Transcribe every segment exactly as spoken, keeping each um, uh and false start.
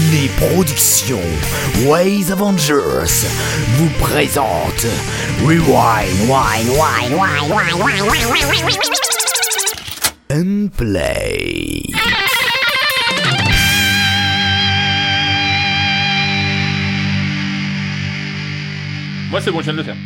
Les productions Ways Avengers vous présentent Rewind, Wine, Wine, Wine, Wine, Wine, Wine, Wine, and Play. Moi c'est bon, je viens de le faire.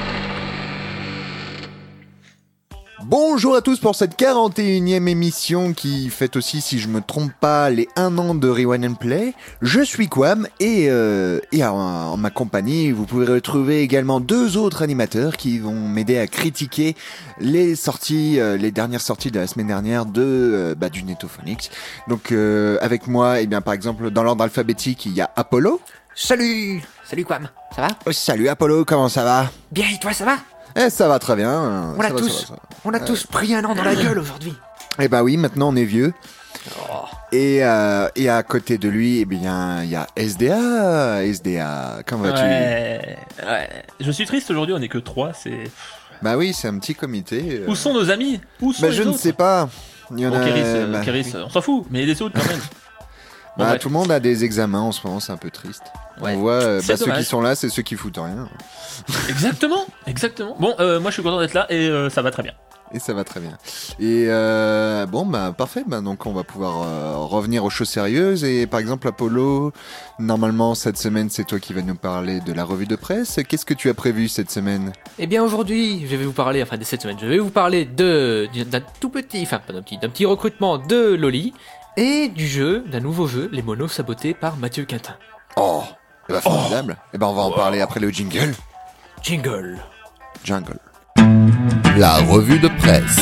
Bonjour à tous pour cette quarante et unième émission qui fête aussi, si je me trompe pas, les un an de Rewind and Play. Je suis Quam et, euh, et en, en ma compagnie, vous pouvez retrouver également deux autres animateurs qui vont m'aider à critiquer les sorties, euh, les dernières sorties de la semaine dernière de euh, bah, du Netophonix. Donc euh, avec moi, eh bien par exemple dans l'ordre alphabétique, il y a Apollo. Salut Salut Quam, ça va? Oh, salut Apollo, comment ça va? Bien, et toi, ça va? Eh, ça va très bien. On a ça va, tous, ça va, ça va. on a Euh, tous pris un an dans la gueule aujourd'hui. Eh bah oui, maintenant on est vieux. Oh. Et, euh, et à côté de lui, eh bien, il y a S D A. S D A, comment vas-tu? Ouais, ouais. Je suis triste aujourd'hui, on est que trois, c'est... Bah oui, c'est un petit comité. euh. Où sont nos amis? Où sont Bah les je autres? ne sais pas. Il y en Bon, a. Kéris, euh, bah, Kéris, oui. on s'en fout, mais les autres quand même. Bon, Bah, bref. tout le monde a des examens en ce moment, c'est un peu triste. Ouais. On voit, euh, C'est bah, ceux dommage. qui sont là, c'est ceux qui foutent rien. Exactement, exactement. Bon, euh, moi je suis content d'être là et euh, ça va très bien. Et ça va très bien. Et euh, bon, bah parfait. Bah, donc on va pouvoir euh, revenir aux choses sérieuses. Et par exemple, Apollo, normalement cette semaine, c'est toi qui vas nous parler de la revue de presse. Qu'est-ce que tu as prévu cette semaine? Eh bien aujourd'hui, je vais vous parler, enfin de cette semaine, je vais vous parler de d'un tout petit, enfin pas d'un petit, d'un petit recrutement de Loli et du jeu, d'un nouveau jeu, Les Monos sabotés par Mathieu Quintin. Oh, eh bah, formidable. Et ben on va en parler après le jingle. Jingle. Jungle. La revue de presse.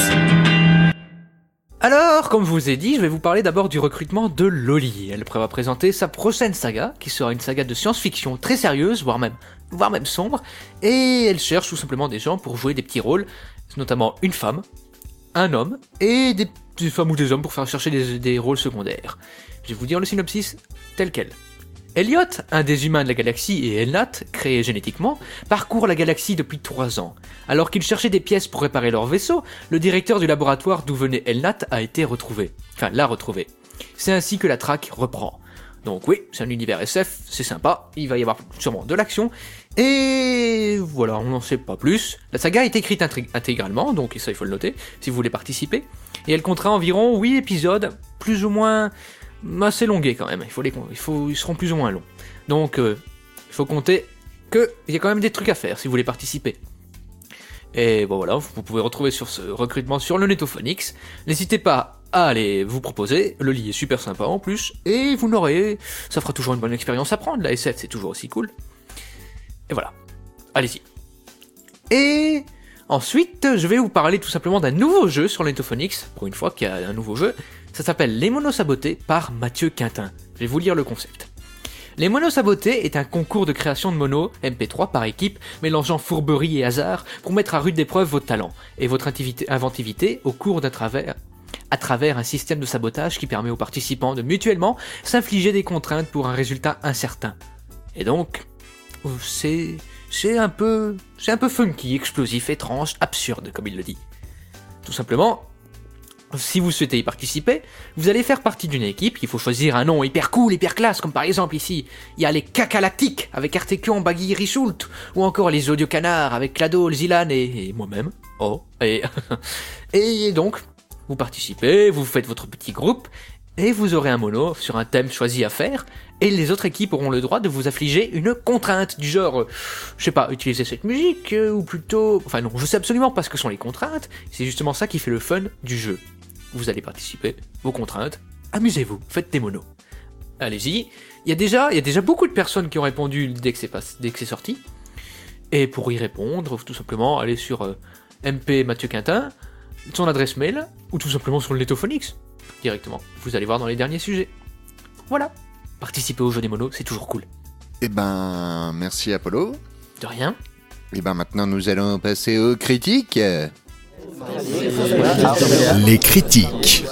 Alors, comme je vous ai dit, je vais vous parler d'abord du recrutement de Loli. Elle prévoit présenter sa prochaine saga, qui sera une saga de science-fiction très sérieuse, voire même, voire même sombre, et elle cherche tout simplement des gens pour jouer des petits rôles, notamment une femme, un homme, et des, des femmes ou des hommes pour faire chercher des, des rôles secondaires. Je vais vous dire le synopsis tel quel. Elliot, un des humains de la galaxie, et Elnat, créés génétiquement, parcourent la galaxie depuis trois ans. Alors qu'ils cherchaient des pièces pour réparer leur vaisseau, le directeur du laboratoire d'où venait Elnat a été retrouvé. Enfin, l'a retrouvé. C'est ainsi que la traque reprend. Donc oui, c'est un univers S F, c'est sympa, il va y avoir sûrement de l'action, et voilà, on n'en sait pas plus. La saga est écrite intrig- intégralement, donc ça il faut le noter, si vous voulez participer, et elle comptera environ huit épisodes, plus ou moins... assez longués quand même, il faut les, il faut, ils seront plus ou moins longs. Donc, euh, il faut compter qu'il y a quand même des trucs à faire si vous voulez participer. Et bon voilà, vous pouvez retrouver sur ce recrutement sur le Netophonix. N'hésitez pas à aller vous proposer, le lit est super sympa en plus, et vous n'aurez... ça fera toujours une bonne expérience à prendre, la S F c'est toujours aussi cool. Et voilà, allez-y. Et... ensuite, je vais vous parler tout simplement d'un nouveau jeu sur le Netophonix, pour une fois qu'il y a un nouveau jeu. Ça s'appelle Les Monos Sabotés par Mathieu Quintin. Je vais vous lire le concept. Les Monos Sabotés est un concours de création de monos M P trois par équipe, mélangeant fourberie et hasard pour mettre à rude épreuve vos talents et votre intivité- inventivité au cours d'un travers, à travers un système de sabotage qui permet aux participants de mutuellement s'infliger des contraintes pour un résultat incertain. Et donc, c'est, c'est un peu, c'est un peu funky, explosif, étrange, absurde, comme il le dit. Tout simplement, si vous souhaitez y participer, vous allez faire partie d'une équipe, il faut choisir un nom hyper cool, hyper classe, comme par exemple ici, il y a les Cacalactiques avec Artekion, Baggy, Richoult, ou encore les Audio Canards avec Clado, Zilan et, et moi-même. Oh, et, et donc, vous participez, vous faites votre petit groupe, et vous aurez un mono sur un thème choisi à faire, et les autres équipes auront le droit de vous affliger une contrainte du genre, euh, je sais pas, utiliser cette musique, euh, ou plutôt... Enfin non, je sais absolument pas ce que sont les contraintes, c'est justement ça qui fait le fun du jeu. Vous allez participer, vos contraintes, amusez-vous, faites des monos. Allez-y, il y a déjà, il y a déjà beaucoup de personnes qui ont répondu dès que c'est, pas, dès que c'est sorti, et pour y répondre, tout simplement, allez sur euh, M P Mathieu Quintin, son adresse mail, ou tout simplement sur le Netophonix, directement. Vous allez voir dans les derniers sujets. Voilà. Participer au jeu des monos, c'est toujours cool. Eh ben, merci Apollo. De rien. Et ben maintenant nous allons passer aux critiques. Les critiques.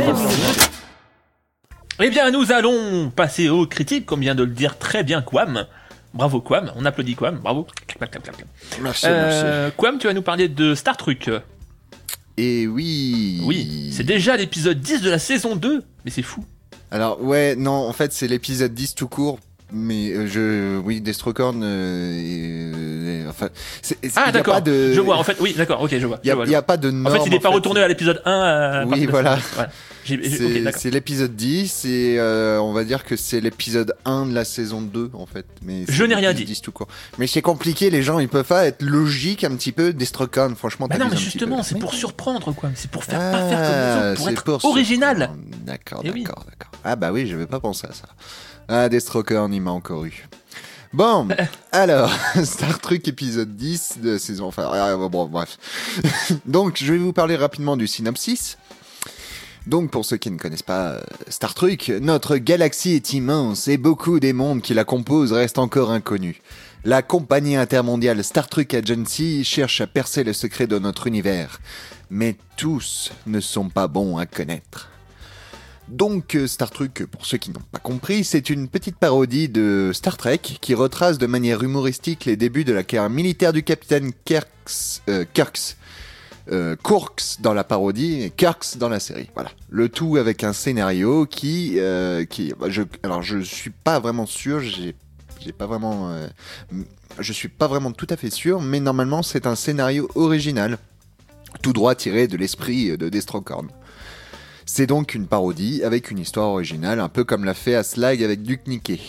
Eh bien, nous allons passer aux critiques, comme vient de le dire très bien Quam. Bravo Quam, on applaudit Quam, bravo. Clap, clap, clap, clap. Merci, Euh, merci. Quam, tu vas nous parler de Star Trek. Et oui. Oui, c'est déjà l'épisode dix de la saison deux, mais c'est fou. Alors, ouais, non, en fait, c'est l'épisode dix tout court. Mais euh, je, oui, Destrocorn, euh, et, euh, enfin, c'est, c'est, Ah y a d'accord, pas de, je vois en fait, oui d'accord, ok je vois. il y a, je vois, y a pas de norme. En fait il n'est pas en fait. retourné à l'épisode un. Euh, Oui, voilà. voilà. J'ai, j'ai, C'est, ok, d'accord. c'est l'épisode dix et euh, on va dire que c'est l'épisode un de la saison deux en fait. Mais Je n'ai rien dit. dix tout court. Mais c'est compliqué, les gens ils peuvent pas être logiques un petit peu. Destrocorn, franchement, Bah non t'abuses mais un petit justement peu. c'est Mais pour non. surprendre quoi, c'est pour faire Ah, pas faire comme les autres, pour c'est être pour original. surprendre. D'accord, Eh oui. d'accord, d'accord. Ah bah oui, j'avais pas pensé à ça. Ah, Destrocorn, il m'a encore eu. Bon, alors, Star Trek épisode dix de saison... Enfin, euh, bon, bref. Donc, je vais vous parler rapidement du synopsis. Donc, pour ceux qui ne connaissent pas euh, Star Trek, notre galaxie est immense et beaucoup des mondes qui la composent restent encore inconnus. La compagnie intermondiale Star Trek Agency cherche à percer le secret de notre univers. Mais tous ne sont pas bons à connaître. Donc Star Trek, pour ceux qui n'ont pas compris, c'est une petite parodie de Star Trek qui retrace de manière humoristique les débuts de la carrière militaire du capitaine Kirks, euh, Kirks, euh, Kurks dans la parodie et Kirks dans la série. Voilà, le tout avec un scénario qui, euh, qui, je, alors je suis pas vraiment sûr, j'ai, j'ai pas vraiment, euh, je suis pas vraiment tout à fait sûr, mais normalement c'est un scénario original, tout droit tiré de l'esprit de Destrocorn. C'est donc une parodie avec une histoire originale, un peu comme l'a fait Aslag avec Duke Nickey.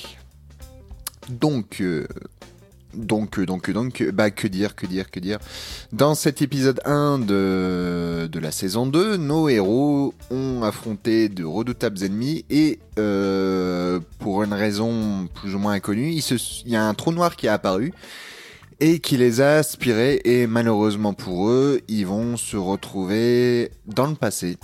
Donc, euh, donc, donc, donc, bah, que dire, que dire, que dire. Dans cet épisode un de, de la saison deux, nos héros ont affronté de redoutables ennemis et, euh, pour une raison plus ou moins inconnue, il, se, il y a un trou noir qui est apparu et qui les a aspirés et malheureusement pour eux, ils vont se retrouver dans le passé.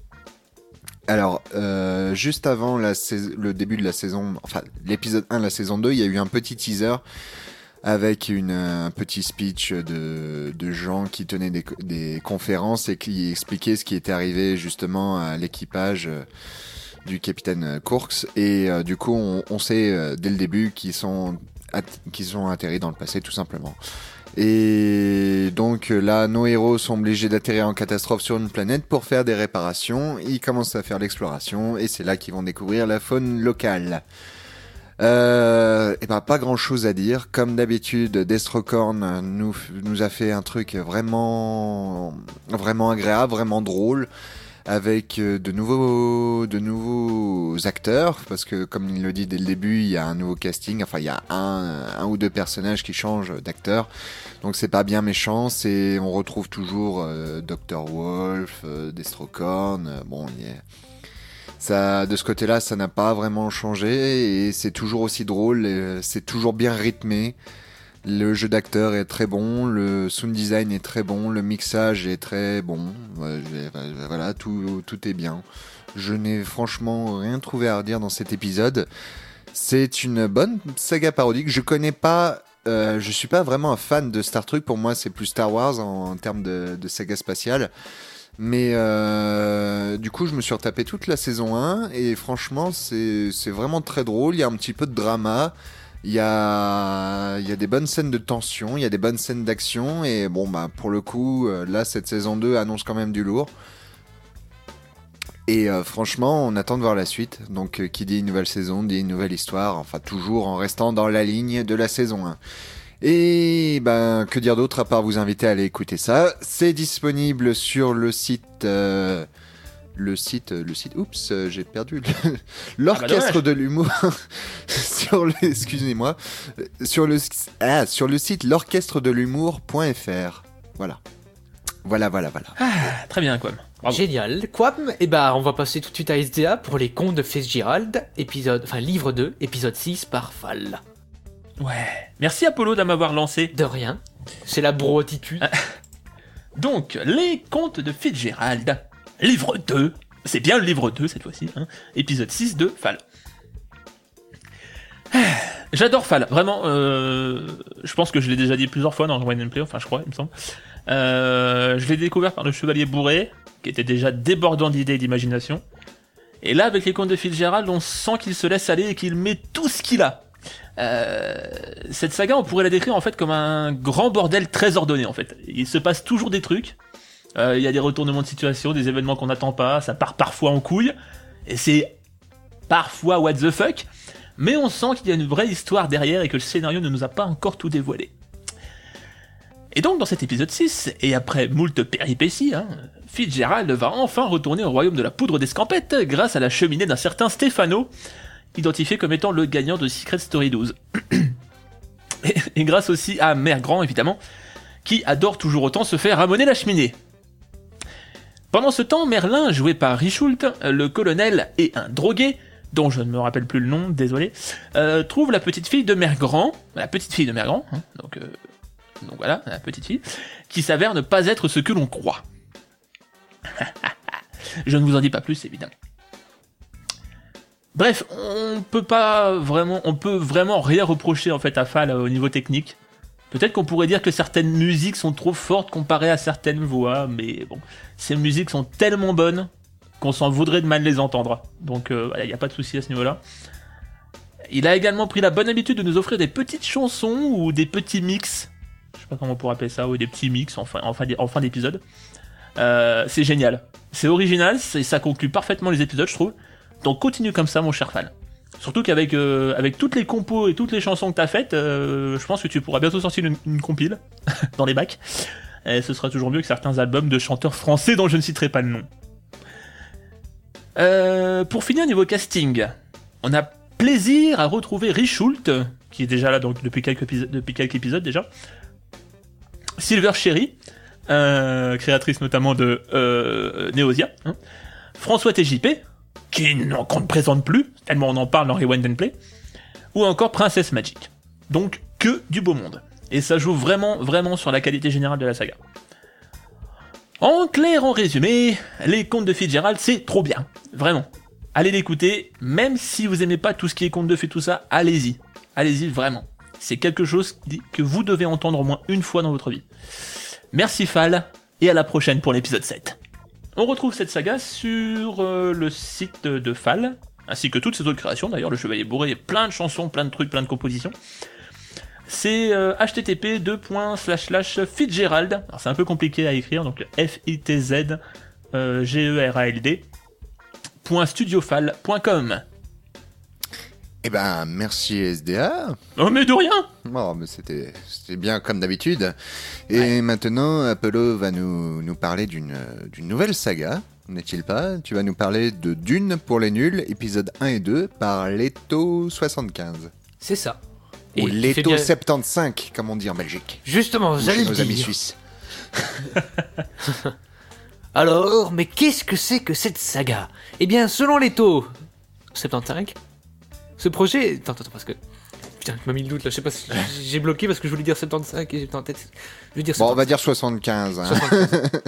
Alors, euh, juste avant la sais- le début de la saison, enfin l'épisode un de la saison deux, il y a eu un petit teaser avec une, un petit speech de, de gens qui tenaient des, des conférences et qui expliquaient ce qui était arrivé justement à l'équipage euh, du capitaine Kurks. Et euh, du coup, on, on sait euh, dès le début qu'ils sont, at- qu'ils sont atterris dans le passé tout simplement. Et donc là, nos héros sont obligés d'atterrir en catastrophe sur une planète pour faire des réparations. Ils commencent à faire l'exploration et c'est là qu'ils vont découvrir la faune locale. Euh, et ben pas grand chose à dire. Comme d'habitude, Destrocorn nous nous a fait un truc vraiment vraiment agréable, vraiment drôle, avec de nouveaux de nouveaux acteurs, parce que comme il le dit dès le début, il y a un nouveau casting. Enfin, il y a un un ou deux personnages qui changent d'acteurs. Donc c'est pas bien méchant, c'est on retrouve toujours euh, docteur Wolf, euh, Destrocorn, euh, bon il y a... ça de ce côté-là, ça n'a pas vraiment changé et c'est toujours aussi drôle, et c'est toujours bien rythmé. Le jeu d'acteur est très bon, le sound design est très bon, le mixage est très bon. Ouais, je- voilà, tout tout est bien. Je n'ai franchement rien trouvé à redire dans cet épisode. C'est une bonne saga parodique. Je connais pas, euh, je suis pas vraiment un fan de Star Trek. Pour moi, c'est plus Star Wars en, en termes de, de saga spatiale. Mais euh, du coup, je me suis retapé toute la saison un et franchement, c'est c'est vraiment très drôle. Il y a un petit peu de drama. Il y a, il y a des bonnes scènes de tension, il y a des bonnes scènes d'action et bon bah pour le coup, euh, là cette saison deux annonce quand même du lourd. Et euh, franchement, on attend de voir la suite. Donc, euh, qui dit une nouvelle saison, dit une nouvelle histoire. Enfin, toujours en restant dans la ligne de la saison un. Et ben, que dire d'autre à part vous inviter à aller écouter ça. C'est disponible sur le site... Euh, le site... Le site... Oups, euh, j'ai perdu le- l'orchestre Ah bah de l'humour. sur le... Excusez-moi. Euh, Sur le... Ah, sur le site l'orchestre de l'humour point f r. Voilà. Voilà, voilà, voilà. Ah, très bien, quoi. Bravo. Génial. Quam, et bah on va passer tout de suite à S D A pour les contes de Fitzgerald, épisode, enfin livre deux, épisode six par Fall. Ouais. Merci Apollo de m'avoir lancé. De rien. C'est la bro-attitude. Donc, les contes de Fitzgerald. Livre deux. C'est bien le livre deux cette fois-ci. Hein. Épisode six de Fall. J'adore Fall. Vraiment, euh, je pense que je l'ai déjà dit plusieurs fois dans Wine and Play, enfin je crois, il me semble. Euh, je l'ai découvert par le Chevalier Bourré, qui était déjà débordant d'idées et d'imagination. Et là, avec les contes de Fitzgerald, on sent qu'il se laisse aller et qu'il met tout ce qu'il a. Euh, cette saga, on pourrait la décrire en fait comme un grand bordel très ordonné en fait. Il se passe toujours des trucs. Euh, il y a des retournements de situation, des événements qu'on n'attend pas. Ça part parfois en couille. Et c'est parfois what the fuck, mais on sent qu'il y a une vraie histoire derrière et que le scénario ne nous a pas encore tout dévoilé. Et donc dans cet épisode six, et après moult péripéties, hein, Fitzgerald va enfin retourner au royaume de la poudre d'escampette grâce à la cheminée d'un certain Stefano, identifié comme étant le gagnant de Secret Story douze. et, et grâce aussi à Mère Grand, évidemment, qui adore toujours autant se faire ramoner la cheminée. Pendant ce temps, Merlin, joué par Richult, le colonel et un drogué, dont je ne me rappelle plus le nom, désolé, euh, trouve la petite fille de Mère Grand, la petite fille de Mère Grand, hein, donc... Euh, Donc voilà, la petite fille, qui s'avère ne pas être ce que l'on croit. Je ne vous en dis pas plus, évidemment. Bref, on peut pas vraiment, on peut vraiment rien reprocher en fait à Fall au niveau technique. Peut-être qu'on pourrait dire que certaines musiques sont trop fortes comparées à certaines voix, mais bon, ces musiques sont tellement bonnes qu'on s'en voudrait de mal les entendre. Donc il euh, n'y a pas de souci à ce niveau-là. Il a également pris la bonne habitude de nous offrir des petites chansons ou des petits mix. Je sais pas comment on pourrait appeler ça, ou des petits mix en fin, en fin, en fin d'épisode. Euh, c'est génial. C'est original, c'est, ça conclut parfaitement les épisodes, je trouve. Donc continue comme ça, mon cher fan. Surtout qu'avec euh, avec toutes les compos et toutes les chansons que t'as faites, euh, je pense que tu pourras bientôt sortir une, une compile dans les bacs. Et ce sera toujours mieux que certains albums de chanteurs français dont je ne citerai pas le nom. Euh, pour finir, niveau casting, on a plaisir à retrouver Richult, qui est déjà là donc, depuis, quelques épisodes, depuis quelques épisodes déjà. Silver Cherry, euh, créatrice notamment de euh, Neosia, hein. François T J P, qui qu'on ne présente plus, tellement on en parle dans Rewind and Play, ou encore Princess Magic. Donc que du beau monde. Et ça joue vraiment, vraiment sur la qualité générale de la saga. En clair, en résumé, les contes de Fitzgerald, c'est trop bien. Vraiment. Allez l'écouter, même si vous aimez pas tout ce qui est contes de fées, tout ça, allez-y. Allez-y, vraiment. C'est quelque chose que vous devez entendre au moins une fois dans votre vie. Merci Fall, et à la prochaine pour l'épisode sept. On retrouve cette saga sur euh, le site de Fall, ainsi que toutes ses autres créations, d'ailleurs le Chevalier Bourré, plein de chansons, plein de trucs, plein de compositions. C'est euh, h t t p deux slash slash Fitzgerald, alors c'est un peu compliqué à écrire, donc F I T Z G E R A L D, .studiofall point com. Eh ben, merci S D A. Oh, mais de rien. Oh, mais c'était, c'était bien comme d'habitude. Et Ouais. maintenant, Apollo va nous, nous parler d'une, d'une nouvelle saga, n'est-il pas? Tu vas nous parler de Dune pour les nuls, épisodes un et deux, par Leto soixante-quinze. C'est ça. Ou Et qui fait Leto bien- soixante-quinze, comme on dit en Belgique. Justement, Ou j'allais chez le nos amis dire. suisses. Alors, mais qu'est-ce que c'est que cette saga? Eh bien, selon les taux soixante-quinze, ce projet... Attends, attends, parce que... Putain, tu m'as mis le doute là, je sais pas si j'ai bloqué parce que je voulais dire soixante-quinze et j'étais en tête... Je veux dire Bon, on va soixante-quinze. dire soixante-quinze. Hein.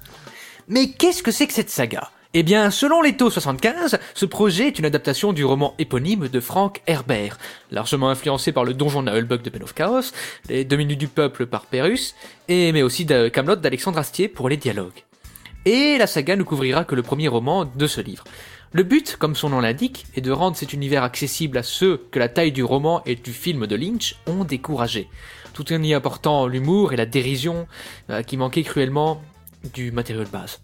Mais qu'est-ce que c'est que cette saga? Eh bien, selon les taux soixante-quinze, ce projet est une adaptation du roman éponyme de Frank Herbert, largement influencé par le donjon Naheulbeuk de Ben of Chaos, les deux minutes du peuple par Pérus, et mais aussi de Camelot d'Alexandre Astier pour les dialogues. Et la saga ne couvrira que le premier roman de ce livre. Le but, comme son nom l'indique, est de rendre cet univers accessible à ceux que la taille du roman et du film de Lynch ont découragé, tout en y apportant l'humour et la dérision euh, qui manquaient cruellement du matériau de base.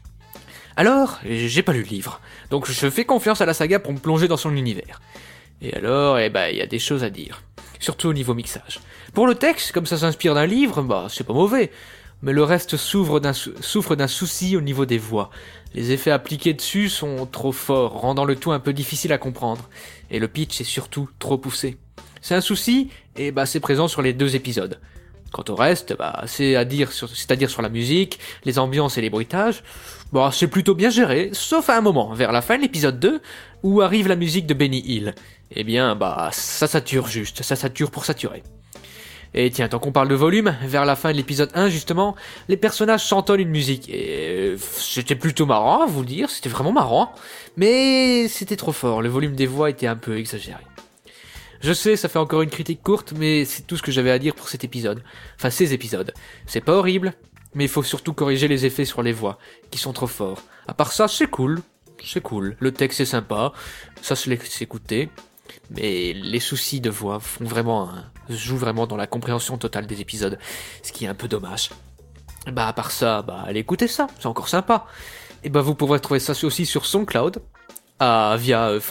Alors, j'ai pas lu le livre, donc je fais confiance à la saga pour me plonger dans son univers. Et alors, eh ben, il y a des choses à dire, surtout au niveau mixage. Pour le texte, comme ça s'inspire d'un livre, bah, c'est pas mauvais, mais le reste souffre d'un, sou- souffre d'un souci au niveau des voix. Les effets appliqués dessus sont trop forts, rendant le tout un peu difficile à comprendre, et le pitch est surtout trop poussé. C'est un souci, et bah, c'est présent sur les deux épisodes. Quant au reste, bah, c'est à dire sur, c'est-à-dire sur la musique, les ambiances et les bruitages, bah, c'est plutôt bien géré, sauf à un moment, vers la fin de l'épisode deux, où arrive la musique de Benny Hill. Eh bien, bah, ça sature juste, ça sature pour saturer. Et tiens, tant qu'on parle de volume, vers la fin de l'épisode un, justement, les personnages chantonnent une musique, et c'était plutôt marrant, à vous le dire, c'était vraiment marrant, mais c'était trop fort, le volume des voix était un peu exagéré. Je sais, ça fait encore une critique courte, mais c'est tout ce que j'avais à dire pour cet épisode. Enfin, ces épisodes. C'est pas horrible, mais il faut surtout corriger les effets sur les voix, qui sont trop forts. À part ça, c'est cool. C'est cool. Le texte est sympa. Ça se laisse écouter. Mais les soucis de voix font vraiment un... jouent vraiment dans la compréhension totale des épisodes. Ce qui est un peu dommage. Bah, à part ça, bah, allez écouter ça. C'est encore sympa. Et bah, vous pourrez trouver ça aussi sur SoundCloud. à, via euh,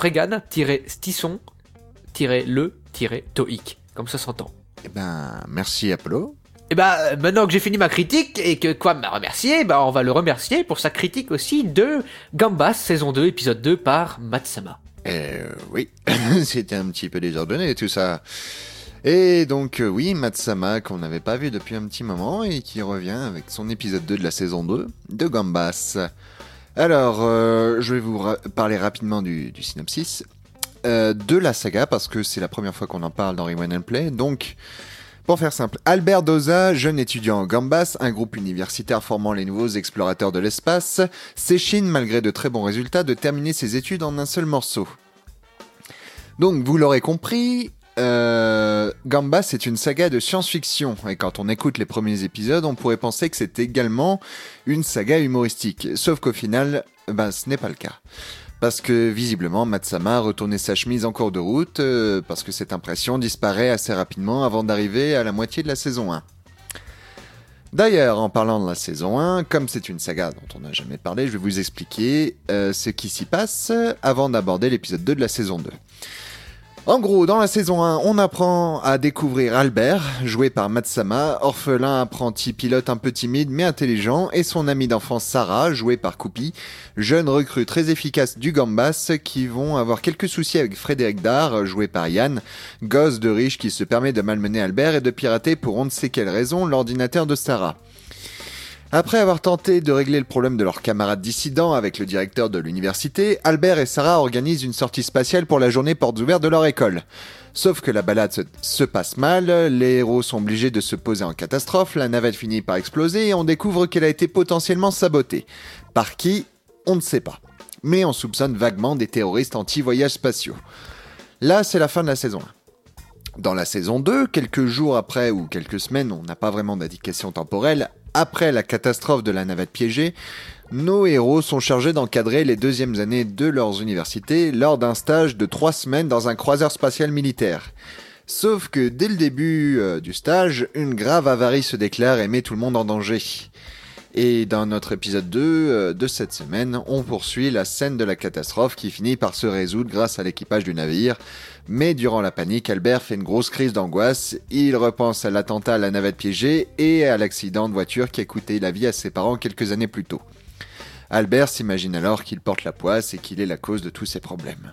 fregan-stisson-le-toic, comme ça s'entend. Eh ben, merci Apollo. Et bah maintenant que j'ai fini ma critique et que Quam m'a remercié, bah on va le remercier pour sa critique aussi de Gambas saison deux épisode deux par Matsama. Euh, oui, c'était un petit peu désordonné tout ça. Et donc euh, oui, Matsama qu'on n'avait pas vu depuis un petit moment et qui revient avec son épisode deux de la saison deux de Gambas. Alors, euh, je vais vous ra- parler rapidement du, du synopsis euh, de la saga parce que c'est la première fois qu'on en parle dans Rewind and Play. Donc, pour faire simple, Albert Doza, jeune étudiant en Gambas, un groupe universitaire formant les nouveaux explorateurs de l'espace, s'échine malgré de très bons résultats de terminer ses études en un seul morceau. Donc, vous l'aurez compris, euh, Gambas est une saga de science-fiction, et quand on écoute les premiers épisodes, on pourrait penser que c'est également une saga humoristique, sauf qu'au final, ben, ce n'est pas le cas. Parce que visiblement Matsama a retourné sa chemise en cours de route, euh, parce que cette impression disparaît assez rapidement avant d'arriver à la moitié de la saison un. D'ailleurs, en parlant de la saison un, comme c'est une saga dont on n'a jamais parlé, je vais vous expliquer euh, ce qui s'y passe avant d'aborder l'épisode deux de la saison deux. En gros, dans la saison un, on apprend à découvrir Albert, joué par Matsama, orphelin apprenti pilote un peu timide mais intelligent, et son amie d'enfance Sarah, jouée par Coupi, jeune recrue très efficace du Gambas, qui vont avoir quelques soucis avec Frédéric Dard, joué par Yann, gosse de riche qui se permet de malmener Albert et de pirater pour on ne sait quelle raison l'ordinateur de Sarah. Après avoir tenté de régler le problème de leur camarade dissident avec le directeur de l'université, Albert et Sarah organisent une sortie spatiale pour la journée portes ouvertes de leur école. Sauf que la balade se, se passe mal, les héros sont obligés de se poser en catastrophe, la navette finit par exploser et on découvre qu'elle a été potentiellement sabotée. Par qui ? On ne sait pas. Mais on soupçonne vaguement des terroristes anti-voyages spatiaux. Là, c'est la fin de la saison un. Dans la saison deux, quelques jours après ou quelques semaines, on n'a pas vraiment d'indication temporelle, après la catastrophe de la navette piégée, nos héros sont chargés d'encadrer les deuxièmes années de leurs universités lors d'un stage de trois semaines dans un croiseur spatial militaire. Sauf que dès le début euh, du stage, une grave avarie se déclare et met tout le monde en danger. Et dans notre épisode deux euh, de cette semaine, on poursuit la scène de la catastrophe qui finit par se résoudre grâce à l'équipage du navire. Mais durant la panique, Albert fait une grosse crise d'angoisse. Il repense à l'attentat à la navette piégée et à l'accident de voiture qui a coûté la vie à ses parents quelques années plus tôt. Albert s'imagine alors qu'il porte la poisse et qu'il est la cause de tous ces problèmes.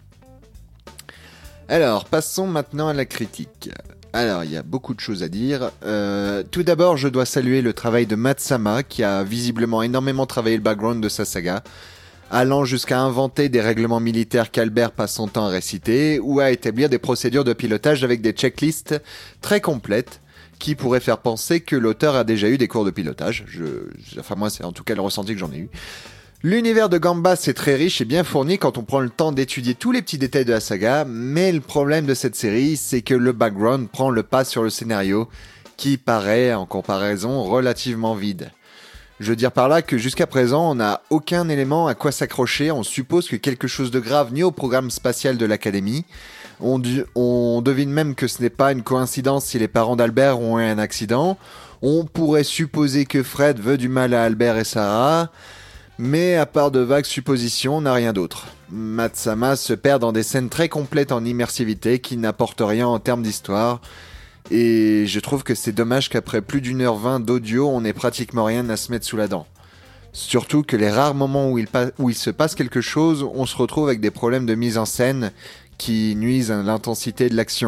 Alors, passons maintenant à la critique. Alors, il y a beaucoup de choses à dire. Euh, tout d'abord, je dois saluer le travail de Matsama, qui a visiblement énormément travaillé le background de sa saga, allant jusqu'à inventer des règlements militaires qu'Albert passe son temps à réciter, ou à établir des procédures de pilotage avec des checklists très complètes, qui pourraient faire penser que l'auteur a déjà eu des cours de pilotage. Je, enfin, moi, c'est en tout cas le ressenti que j'en ai eu. L'univers de Gambas est très riche et bien fourni quand on prend le temps d'étudier tous les petits détails de la saga, mais le problème de cette série, c'est que le background prend le pas sur le scénario, qui paraît, en comparaison, relativement vide. Je veux dire par là que jusqu'à présent, on n'a aucun élément à quoi s'accrocher, on suppose que quelque chose de grave nuit au programme spatial de l'Académie. On, du- on devine même que ce n'est pas une coïncidence si les parents d'Albert ont eu un accident. On pourrait supposer que Fred veut du mal à Albert et Sarah... Mais à part de vagues suppositions, on n'a rien d'autre. Matsama se perd dans des scènes très complètes en immersivité qui n'apportent rien en termes d'histoire. Et je trouve que c'est dommage qu'après plus d'une heure vingt d'audio, on n'ait pratiquement rien à se mettre sous la dent. Surtout que les rares moments où il, pa- où il se passe quelque chose, on se retrouve avec des problèmes de mise en scène qui nuisent à l'intensité de l'action.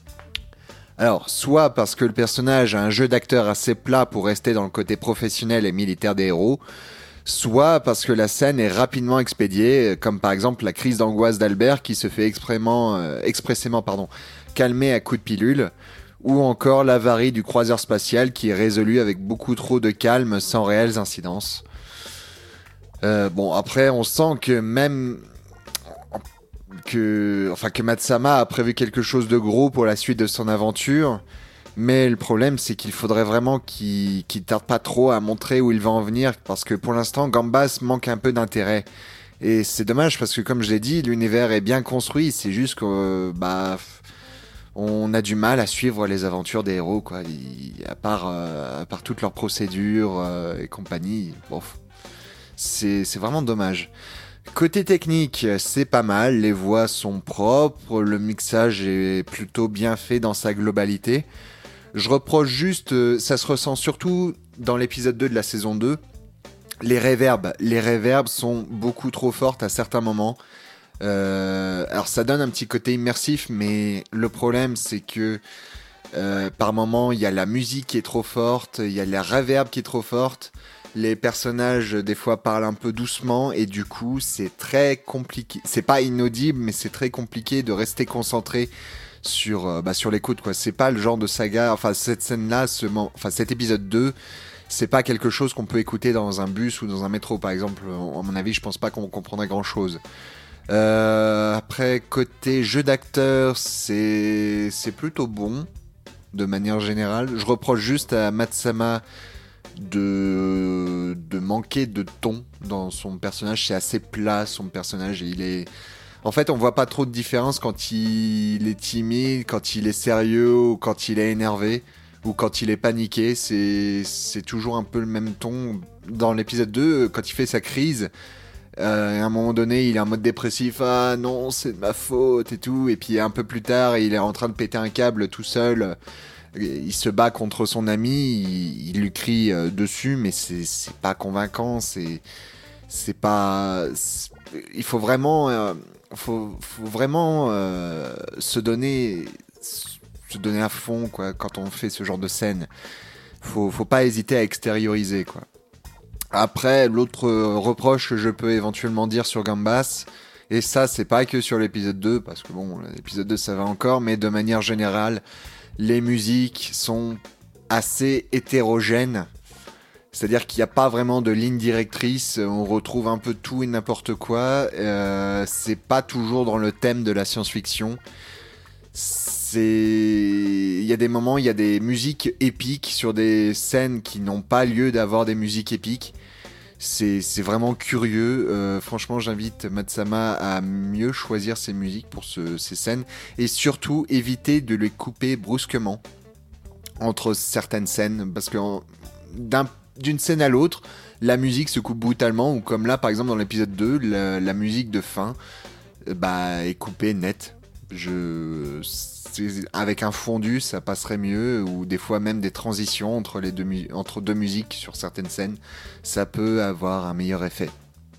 Alors, soit parce que le personnage a un jeu d'acteur assez plat pour rester dans le côté professionnel et militaire des héros, soit parce que la scène est rapidement expédiée, comme par exemple la crise d'angoisse d'Albert qui se fait expressément, euh, expressément pardon, calmer à coups de pilule, ou encore l'avarie du croiseur spatial qui est résolue avec beaucoup trop de calme sans réelles incidences. Euh, bon, après, on sent que même... que, enfin, que Matsama a prévu quelque chose de gros pour la suite de son aventure... Mais le problème, c'est qu'il faudrait vraiment qu'il qu'il tarde pas trop à montrer où il va en venir, parce que pour l'instant, Gambas manque un peu d'intérêt. Et c'est dommage, parce que comme je l'ai dit, l'univers est bien construit, c'est juste que, euh, bah, on a du mal à suivre les aventures des héros, quoi. Il, à, part, euh, à part toutes leurs procédures euh, et compagnie, bon, c'est c'est vraiment dommage. Côté technique, c'est pas mal, les voix sont propres, le mixage est plutôt bien fait dans sa globalité. Je reproche juste, euh, ça se ressent surtout dans l'épisode deux de la saison deux, les reverbs. Les reverbs sont beaucoup trop fortes à certains moments. Euh, alors ça donne un petit côté immersif, mais le problème c'est que euh, par moments il y a la musique qui est trop forte, il y a la reverb qui est trop forte. Les personnages des fois parlent un peu doucement et du coup c'est très compliqué. C'est pas inaudible mais c'est très compliqué de rester concentré sur euh, bah, sur l'écoute quoi. C'est pas le genre de saga. Enfin cette scène là, ce mo- enfin cet épisode deux, c'est pas quelque chose qu'on peut écouter dans un bus ou dans un métro par exemple. À mon avis, je pense pas qu'on comprendrait grand chose. Euh, après côté jeu d'acteur, c'est c'est plutôt bon de manière générale. Je reproche juste à Matsama de, de manquer de ton dans son personnage. C'est assez plat son personnage et il est... En fait on voit pas trop de différence quand il est timide, quand il est sérieux ou quand il est énervé ou quand il est paniqué. C'est, c'est toujours un peu le même ton. Dans l'épisode deux, quand il fait sa crise, euh, à un moment donné il est en mode dépressif, ah non c'est de ma faute et tout, et puis un peu plus tard il est en train de péter un câble tout seul. Il se bat contre son ami, il, il lui crie euh, dessus, mais c'est, c'est pas convaincant, c'est, c'est pas... C'est, il faut vraiment, euh, faut, faut vraiment euh, se donner, se donner à fond quoi, quand on fait ce genre de scène. Faut, faut pas hésiter à extérioriser quoi. Après, l'autre reproche que je peux éventuellement dire sur Gambas, et ça c'est pas que sur l'épisode deux, parce que bon, l'épisode deux ça va encore, mais de manière générale, les musiques sont assez hétérogènes. C'est-à-dire qu'il n'y a pas vraiment de ligne directrice, on retrouve un peu tout et n'importe quoi. Euh, c'est pas toujours dans le thème de la science-fiction. C'est... Il y a des moments, il y a des musiques épiques sur des scènes qui n'ont pas lieu d'avoir des musiques épiques. C'est, c'est vraiment curieux. Euh, franchement, j'invite Matsama à mieux choisir ses musiques pour ce, ces scènes et surtout éviter de les couper brusquement entre certaines scènes, parce que en, d'un, d'une scène à l'autre, la musique se coupe brutalement, ou comme là, par exemple, dans l'épisode deux, la, la musique de fin bah, est coupée net. Je... Avec un fondu, ça passerait mieux, ou des fois même des transitions entre, les deux, mu- entre deux musiques sur certaines scènes, ça peut avoir un meilleur effet.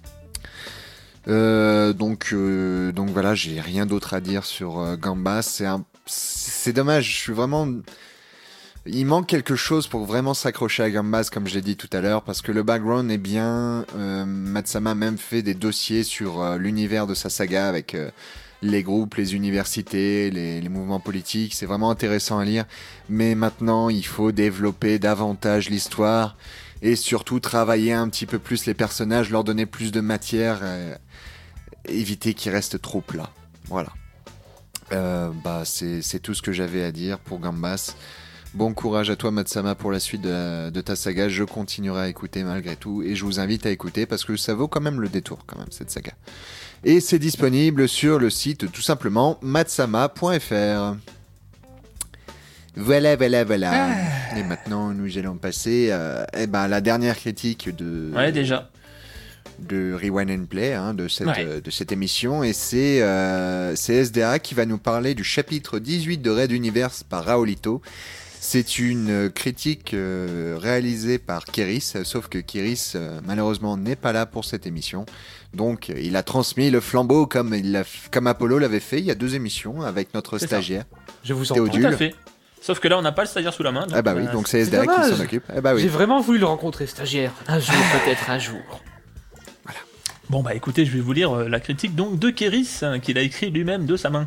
Euh, donc, euh, donc voilà, j'ai rien d'autre à dire sur euh, Gambas. C'est, un, c'est dommage, je suis vraiment... Il manque quelque chose pour vraiment s'accrocher à Gambas, comme je l'ai dit tout à l'heure, parce que le background est bien. Euh, Matsama a même fait des dossiers sur euh, l'univers de sa saga avec... Euh, les groupes, les universités, les, les mouvements politiques, c'est vraiment intéressant à lire. Mais maintenant, il faut développer davantage l'histoire et surtout travailler un petit peu plus les personnages, leur donner plus de matière, euh, éviter qu'ils restent trop plats. Voilà. Euh, bah, c'est, c'est tout ce que j'avais à dire pour Gambas. Bon courage à toi Matsama pour la suite de, de ta saga, je continuerai à écouter malgré tout et je vous invite à écouter parce que ça vaut quand même le détour quand même cette saga. Et c'est disponible sur le site tout simplement matsama point f r. Voilà, voilà, voilà. Ah. Et maintenant nous allons passer euh, eh ben, à la dernière critique de... Ouais déjà. de Rewind and Play, hein, de, cette, ouais. euh, de cette émission, et c'est, euh, c'est S D A qui va nous parler du chapitre dix-huit de Red Universe par Raolito. C'est une critique euh, réalisée par Kéris, sauf que Kéris euh, malheureusement n'est pas là pour cette émission. Donc il a transmis le flambeau comme, il l'a, comme Apollo l'avait fait il y a deux émissions avec notre c'est stagiaire. Ça. Je vous entends. Tout à fait. Sauf que là on n'a pas le stagiaire sous la main. Donc ah bah oui, donc c'est S D A qui s'en occupe. Eh bah oui. J'ai vraiment voulu le rencontrer, stagiaire. Un jour, peut-être un jour. Voilà. Bon bah écoutez, je vais vous lire euh, la critique donc de Kéris, hein, qu'il a écrit lui-même de sa main.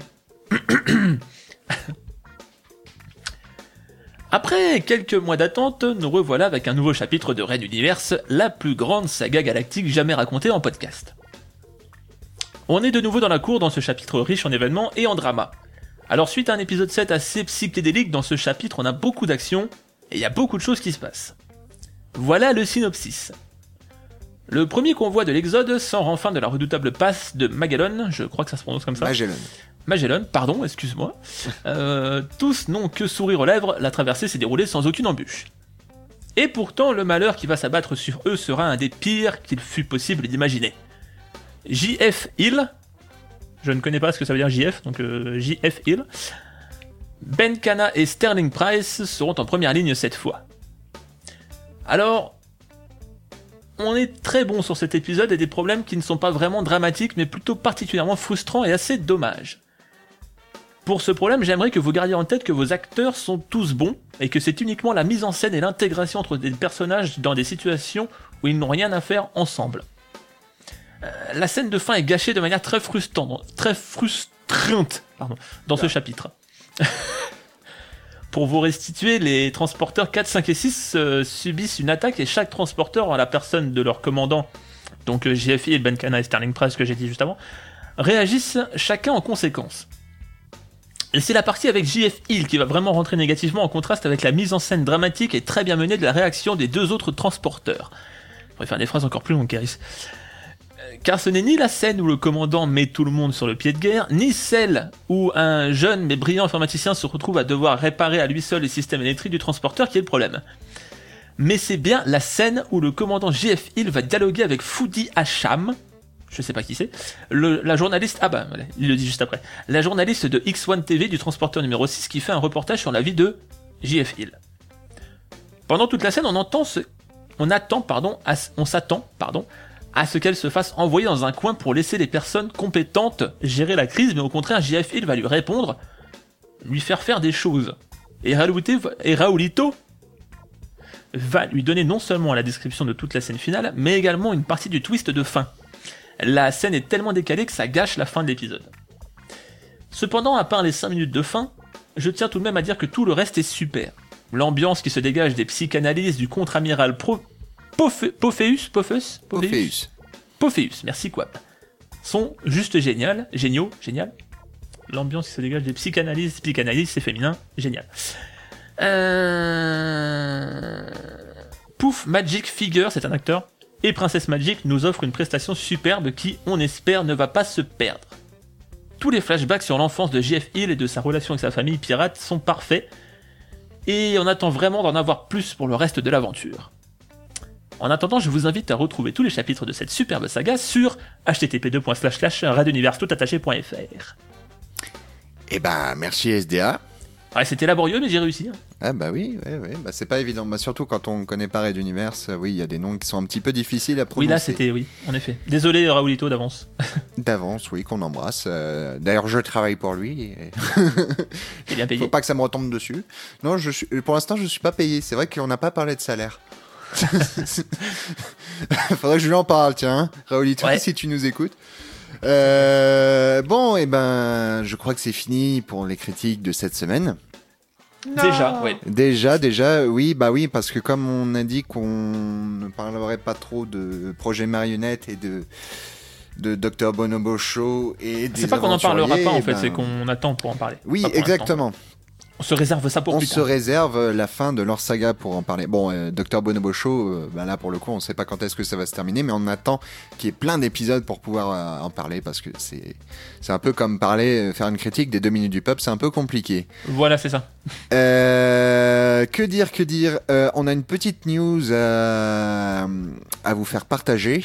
Après quelques mois d'attente, nous revoilà avec un nouveau chapitre de Red Universe, la plus grande saga galactique jamais racontée en podcast. On est de nouveau dans la cour dans ce chapitre riche en événements et en drama. Alors suite à un épisode sept assez psychédélique, dans ce chapitre on a beaucoup d'action, et il y a beaucoup de choses qui se passent. Voilà le synopsis. Le premier convoi de l'Exode sort enfin de la redoutable passe de Magellan, je crois que ça se prononce comme ça. Magellan. Magellan, pardon, excuse-moi. Euh, tous n'ont que sourire aux lèvres, la traversée s'est déroulée sans aucune embûche. Et pourtant, le malheur qui va s'abattre sur eux sera un des pires qu'il fut possible d'imaginer. J F Hill, je ne connais pas ce que ça veut dire J F, donc euh, J F Hill. Ben Kana et Sterling Price seront en première ligne cette fois. Alors, on est très bon sur cet épisode et des problèmes qui ne sont pas vraiment dramatiques mais plutôt particulièrement frustrants et assez dommages. Pour ce problème, j'aimerais que vous gardiez en tête que vos acteurs sont tous bons et que c'est uniquement la mise en scène et l'intégration entre des personnages dans des situations où ils n'ont rien à faire ensemble. Euh, la scène de fin est gâchée de manière très frustrante, très frustrante pardon, dans ce chapitre. Pour vous restituer, les transporteurs quatre, cinq et six euh, subissent une attaque et chaque transporteur, en la personne de leur commandant, donc euh, J F I et Ben Kana et Sterling Price que j'ai dit juste avant, réagissent chacun en conséquence. Et c'est la partie avec J F Hill qui va vraiment rentrer négativement en contraste avec la mise en scène dramatique et très bien menée de la réaction des deux autres transporteurs. Je pourrais faire des phrases encore plus longues, Caris. Car ce n'est ni la scène où le commandant met tout le monde sur le pied de guerre, ni celle où un jeune mais brillant informaticien se retrouve à devoir réparer à lui seul les systèmes électriques du transporteur qui est le problème. Mais c'est bien la scène où le commandant J F Hill va dialoguer avec Foudi Hacham, je sais pas qui c'est, le, la journaliste, ah bah, il le dit juste après, la journaliste de X un T V du transporteur numéro six qui fait un reportage sur la vie de J F Hill. Pendant toute la scène, on entend ce, on attend, pardon, à, on s'attend, pardon, à ce qu'elle se fasse envoyer dans un coin pour laisser les personnes compétentes gérer la crise, mais au contraire, J F Hill va lui répondre, lui faire faire des choses. Et Raoulito, et Raoulito va lui donner non seulement la description de toute la scène finale, mais également une partie du twist de fin. La scène est tellement décalée que ça gâche la fin de l'épisode. Cependant, à part les cinq minutes de fin, je tiens tout de même à dire que tout le reste est super. L'ambiance qui se dégage des psychanalyses du contre-amiral Pro... Pophéus Pophéus Pophéus Pophéus. Pophéus, merci quoi. Sont juste géniales, géniaux, génial. L'ambiance qui se dégage des psychanalyses, psychanalyse c'est féminin, génial. Euh... Pouf Magic Figure, c'est un acteur, et Princess Magic nous offre une prestation superbe qui, on espère, ne va pas se perdre. Tous les flashbacks sur l'enfance de J F Hill et de sa relation avec sa famille pirate sont parfaits, et on attend vraiment d'en avoir plus pour le reste de l'aventure. En attendant, je vous invite à retrouver tous les chapitres de cette superbe saga sur h t t p deux point slash slash radiounivers tout attaché point f r. Eh ben, merci S D A. Ouais, c'était laborieux, mais j'ai réussi. Hein. Ah bah oui, ouais, ouais. Bah, c'est pas évident. Bah, surtout quand on connaît pas Red Universe, oui, il y a des noms qui sont un petit peu difficiles à prononcer. Oui, là, c'était, oui, en effet. Désolé, Raoulito, d'avance. D'avance, oui, qu'on embrasse. Euh, d'ailleurs, je travaille pour lui. Et... T'es bien payé. Faut pas que ça me retombe dessus. Non, je suis... pour l'instant, je suis pas payé. C'est vrai qu'on n'a pas parlé de salaire. Faudrait que je lui en parle, tiens. Raoulito, ouais. Si tu nous écoutes. Euh, bon, et ben, je crois que c'est fini pour les critiques de cette semaine. Non. Déjà, oui. Déjà, déjà, oui, bah oui, parce que comme on a dit qu'on ne parlerait pas trop de Projet Marionnette et de de docteur Bonobo Show et des c'est pas qu'on en parlera pas en fait, ben... c'est qu'on attend pour en parler. Oui, exactement. L'instant. On se réserve ça pour on plus tard. On se réserve la fin de leur saga pour en parler. Bon, euh, docteur Bonobo Show, euh, bah là pour le coup, on sait pas quand est-ce que ça va se terminer, mais on attend qu'il y ait plein d'épisodes pour pouvoir euh, en parler parce que c'est c'est un peu comme parler, faire une critique des deux minutes du peuple, c'est un peu compliqué. Voilà, c'est ça. Euh, que dire, que dire euh, on a une petite news à, à vous faire partager.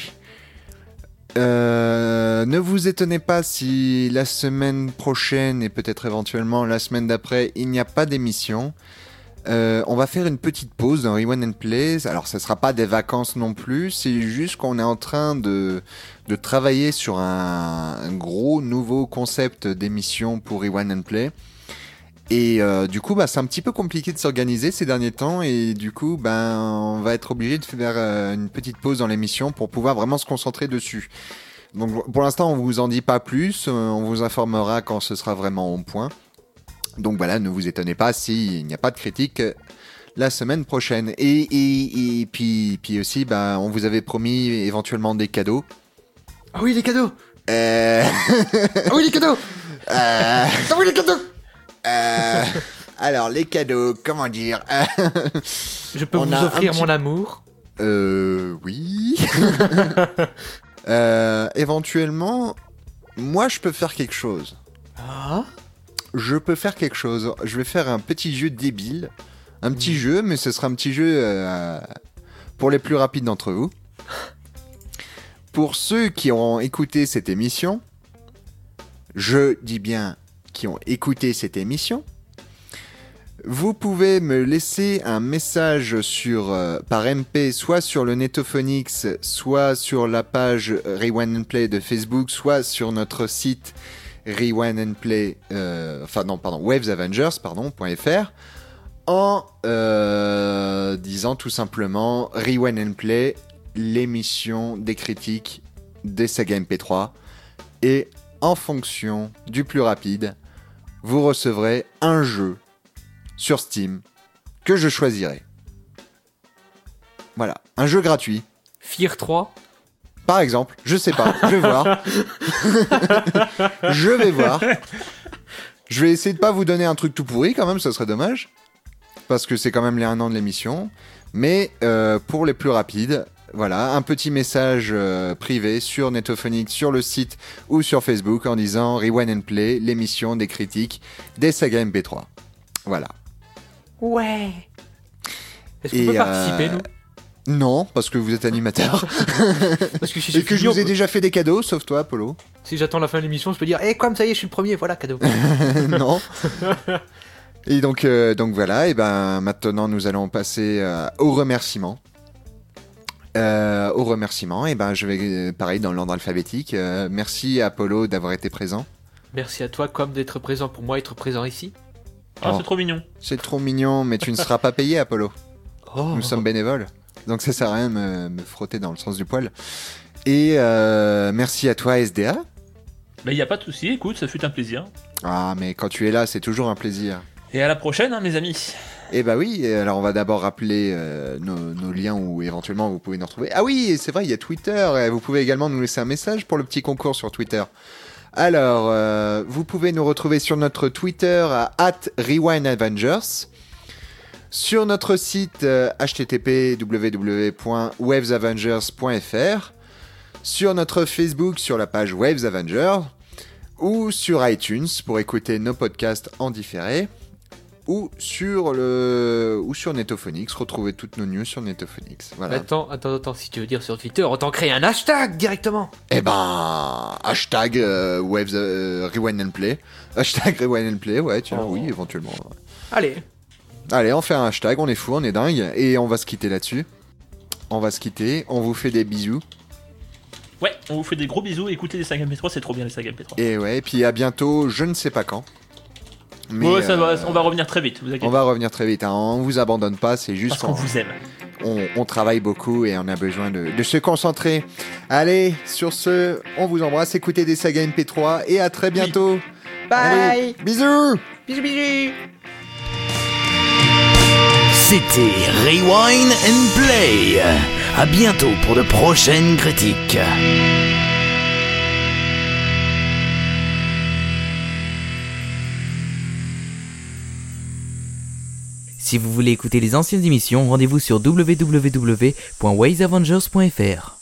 Euh, ne vous étonnez pas si la semaine prochaine et peut-être éventuellement la semaine d'après il n'y a pas d'émission. Euh, on va faire une petite pause dans Rewind and Play. Alors ça sera pas des vacances non plus, c'est juste qu'on est en train de, de travailler sur un, un gros nouveau concept d'émission pour Rewind and Play. Et euh, du coup, bah, c'est un petit peu compliqué de s'organiser ces derniers temps et du coup, ben, on va être obligé de faire euh, une petite pause dans l'émission pour pouvoir vraiment se concentrer dessus. Donc, pour l'instant, on vous en dit pas plus, euh, on vous informera quand ce sera vraiment au point. Donc voilà, ne vous étonnez pas s'il n'y a pas de critique euh, la semaine prochaine. Et, et, et puis, puis aussi, ben, on vous avait promis éventuellement des cadeaux. Ah oui, les cadeaux. Euh... ah oui, les cadeaux. Euh... Ah oui, les cadeaux. Euh, alors les cadeaux, comment dire Je peux vous offrir petit... mon amour. Euh, oui. euh, éventuellement, moi je peux faire quelque chose. Ah. Je peux faire quelque chose. Je vais faire un petit jeu débile, un petit mmh. jeu, mais ce sera un petit jeu euh, pour les plus rapides d'entre vous. pour ceux qui ont écouté cette émission, je dis bien qui ont écouté cette émission, vous pouvez me laisser un message sur, euh, par M P, soit sur le Netophonix, soit sur la page Rewind and Play de Facebook, soit sur notre site Rewind and Play, euh, enfin non, pardon, wavesavengers, pardon, .fr, en euh, disant tout simplement Rewind and Play, l'émission des critiques des sagas M P trois, et en fonction du plus rapide, vous recevrez un jeu sur Steam que je choisirai. Voilà, un jeu gratuit. Fear trois. Par exemple, je sais pas, je vais voir. je vais voir. Je vais essayer de pas vous donner un truc tout pourri quand même, ça serait dommage. Parce que c'est quand même les un an de l'émission. Mais euh, pour les plus rapides, voilà, un petit message euh, privé sur Netophonix, sur le site ou sur Facebook en disant Rewind and Play, l'émission des critiques des sagas M P trois. Voilà. Ouais. Est-ce qu'on Et, peut euh, participer, nous? Non, parce que vous êtes animateur. Parce que si Et que je vous ai déjà fait des cadeaux, sauf toi, Apollo. Si j'attends la fin de l'émission, je peux dire, eh, comme ça y est, je suis le premier, voilà, cadeau. Non. Et donc, euh, donc voilà, et ben maintenant nous allons passer euh, aux remerciements. Euh, aux remerciements, et ben je vais euh, pareil dans l'ordre alphabétique. Euh, merci à Apollo d'avoir été présent. Merci à toi, comme d'être présent pour moi, être présent ici. Ah, Oh. c'est trop mignon. C'est trop mignon, mais tu ne seras pas payé, Apollo. Oh. Nous sommes bénévoles, donc ça sert à rien de me, me frotter dans le sens du poil. Et euh, merci à toi, S D A. Bah, y a pas de souci, écoute, ça fut un plaisir. Ah, mais quand tu es là, c'est toujours un plaisir. Et à la prochaine, hein, mes amis. Eh bah oui, et alors on va d'abord rappeler euh, nos, nos liens où éventuellement vous pouvez nous retrouver. Ah oui, c'est vrai, il y a Twitter, et vous pouvez également nous laisser un message pour le petit concours sur Twitter. Alors, euh, vous pouvez nous retrouver sur notre Twitter à arobase rewindavengers, sur notre site euh, h t t p w w w point wavesavengers point f r, sur notre Facebook sur la page Waves Avengers, ou sur iTunes pour écouter nos podcasts en différé, ou sur le ou sur Netophonix, retrouver toutes nos news sur Netophonix. Voilà. Attends, attends, attends, si tu veux dire sur Twitter, autant créer un hashtag directement. Eh ben, hashtag euh, Waves euh, Rewind and Play. Hashtag Rewind and Play, ouais, tiens, Oh. oui, éventuellement. Allez. Allez, on fait un hashtag, on est fou, on est dingue, et on va se quitter là-dessus. On va se quitter, on vous fait des bisous. Ouais, on vous fait des gros bisous. Écoutez les sagas M P trois, c'est trop bien les sagas M P trois. Et ouais, et puis à bientôt, je ne sais pas quand. Mais, Ouais, ça va, euh, on va revenir très vite, vous inquiétez on va revenir très vite, hein. On vous abandonne pas, c'est juste parce qu'on vous aime. on, on travaille beaucoup et on a besoin de, de se concentrer. Allez, sur ce, on vous embrasse, écoutez des sagas M P trois et à très bientôt. Allez, bisous. Bisous, bisous. C'était Rewind and Play. À bientôt pour de prochaines critiques. Si vous voulez écouter les anciennes émissions, rendez-vous sur w w w point wavesavengers point f r.